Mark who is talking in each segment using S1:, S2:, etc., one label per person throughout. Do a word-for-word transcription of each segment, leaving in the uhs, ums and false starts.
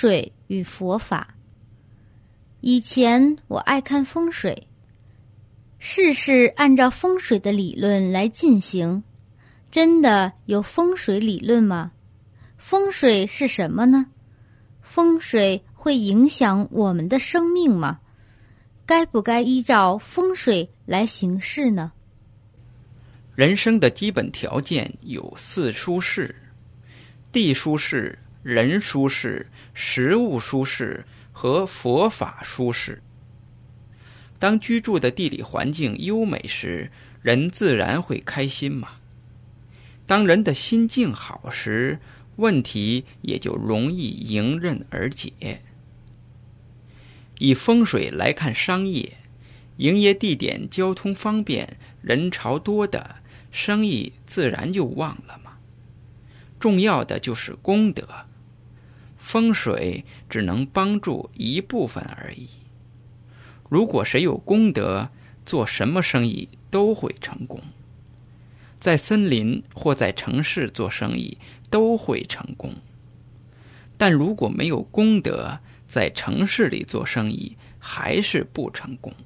S1: 水与佛法。以前我爱看风水，事事按照风水的理论来进行。真的有风水理论吗？风水是什么呢？风水会影响我们的生命吗？该不该依照风水来行事呢？
S2: 人生的基本条件有四舒适：地舒适、人舒适、食物舒适和佛法舒适。当居住的地理环境优美时，人自然会开心嘛。当人的心境好时，问题也就容易迎刃而解。以风水来看商业，营业地点交通方便、人潮多的，生意自然就旺了嘛。重要的就是功德，风水只能帮助一部分而已。如果谁有功德，做什么生意都会成功。在森林或在城市做生意都会成功，但如果没有功德，在城市里做生意还是不成功。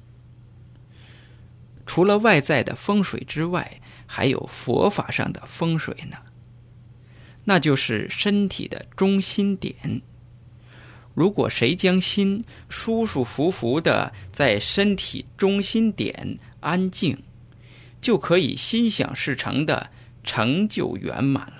S2: 除了外在的风水之外，还有佛法上的风水呢，那就是身体的中心点。如果谁将心舒舒服服地在身体中心点安静，就可以心想事成的成就圆满了。